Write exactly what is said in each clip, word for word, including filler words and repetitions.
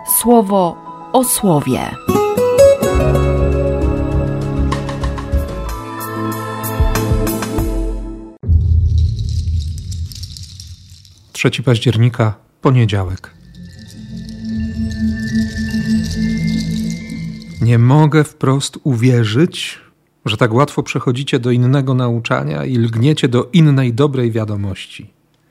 Słowo o słowie. trzeciego października, poniedziałek. Nie mogę wprost uwierzyć, że tak łatwo przechodzicie do innego nauczania i lgniecie do innej dobrej wiadomości.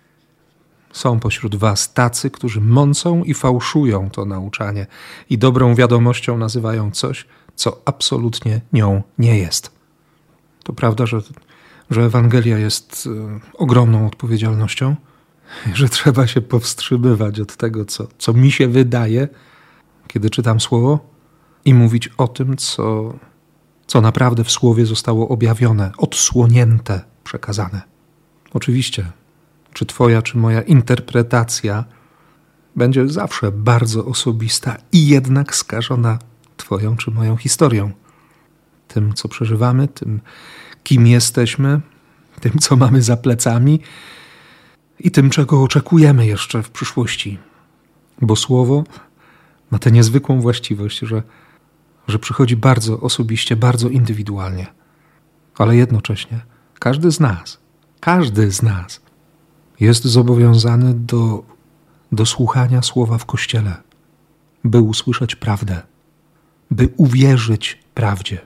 Są pośród was tacy, którzy mącą i fałszują to nauczanie i dobrą wiadomością nazywają coś, co absolutnie nią nie jest. To prawda, że, że Ewangelia jest y, ogromną odpowiedzialnością, że trzeba się powstrzymywać od tego, co, co mi się wydaje, kiedy czytam Słowo, i mówić o tym, co, co naprawdę w Słowie zostało objawione, odsłonięte, przekazane. Oczywiście, czy twoja, czy moja interpretacja będzie zawsze bardzo osobista i jednak skażona twoją, czy moją historią. Tym, co przeżywamy, tym, kim jesteśmy, tym, co mamy za plecami i tym, czego oczekujemy jeszcze w przyszłości. Bo Słowo ma tę niezwykłą właściwość, że, że przychodzi bardzo osobiście, bardzo indywidualnie. Ale jednocześnie każdy z nas, każdy z nas jest zobowiązany do, do słuchania Słowa w Kościele, by usłyszeć prawdę, by uwierzyć prawdzie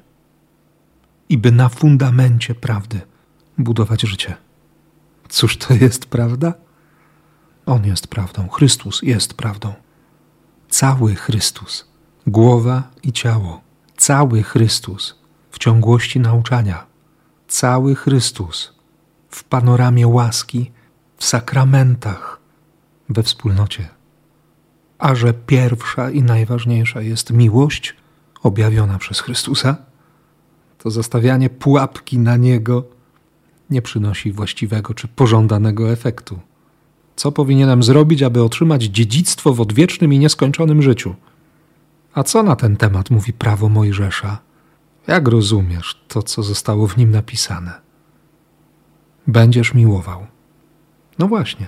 i by na fundamencie prawdy budować życie. Cóż to jest prawda? On jest prawdą. Chrystus jest prawdą. Cały Chrystus, głowa i ciało. Cały Chrystus w ciągłości nauczania. Cały Chrystus w panoramie łaski, w sakramentach, we wspólnocie. A że pierwsza i najważniejsza jest miłość objawiona przez Chrystusa, to zastawianie pułapki na Niego nie przynosi właściwego czy pożądanego efektu. Co powinienem zrobić, aby otrzymać dziedzictwo w odwiecznym i nieskończonym życiu? A co na ten temat mówi prawo Mojżesza? Jak rozumiesz to, co zostało w nim napisane? Będziesz miłował. No właśnie.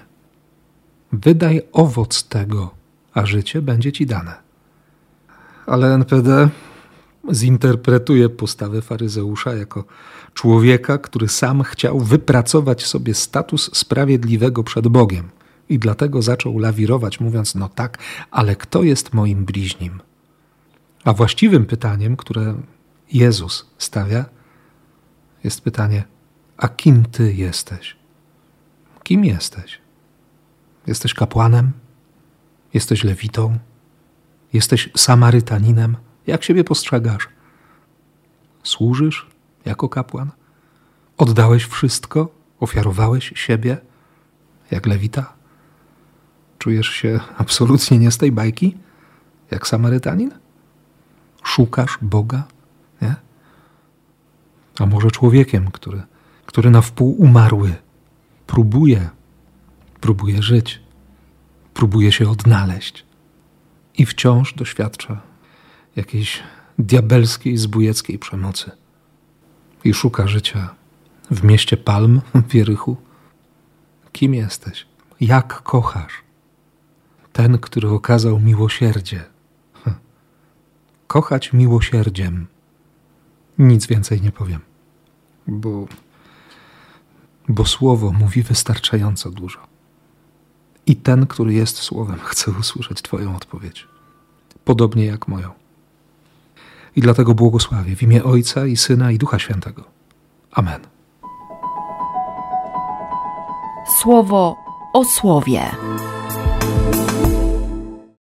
Wydaj owoc tego, a życie będzie ci dane. Ale N P D zinterpretuje postawę faryzeusza jako człowieka, który sam chciał wypracować sobie status sprawiedliwego przed Bogiem i dlatego zaczął lawirować, mówiąc, no tak, ale kto jest moim bliźnim? A właściwym pytaniem, które Jezus stawia, jest pytanie, a kim ty jesteś? Kim jesteś? Jesteś kapłanem? Jesteś lewitą? Jesteś Samarytaninem? Jak siebie postrzegasz? Służysz jako kapłan? Oddałeś wszystko? Ofiarowałeś siebie jak lewita? Czujesz się absolutnie nie z tej bajki? Jak Samarytanin? Szukasz Boga? Nie? A może człowiekiem, który, który na wpół umarły próbuje, próbuje żyć, próbuje się odnaleźć i wciąż doświadcza jakiejś diabelskiej, zbójeckiej przemocy i szuka życia w mieście palm, w Jerychu. Kim jesteś? Jak kochasz? Ten, który okazał miłosierdzie. Hm. Kochać miłosierdziem. Nic więcej nie powiem, bo, bo Słowo mówi wystarczająco dużo. I ten, który jest Słowem, chce usłyszeć twoją odpowiedź. Podobnie jak moją. I dlatego błogosławię w imię Ojca i Syna i Ducha Świętego. Amen. Słowo o słowie.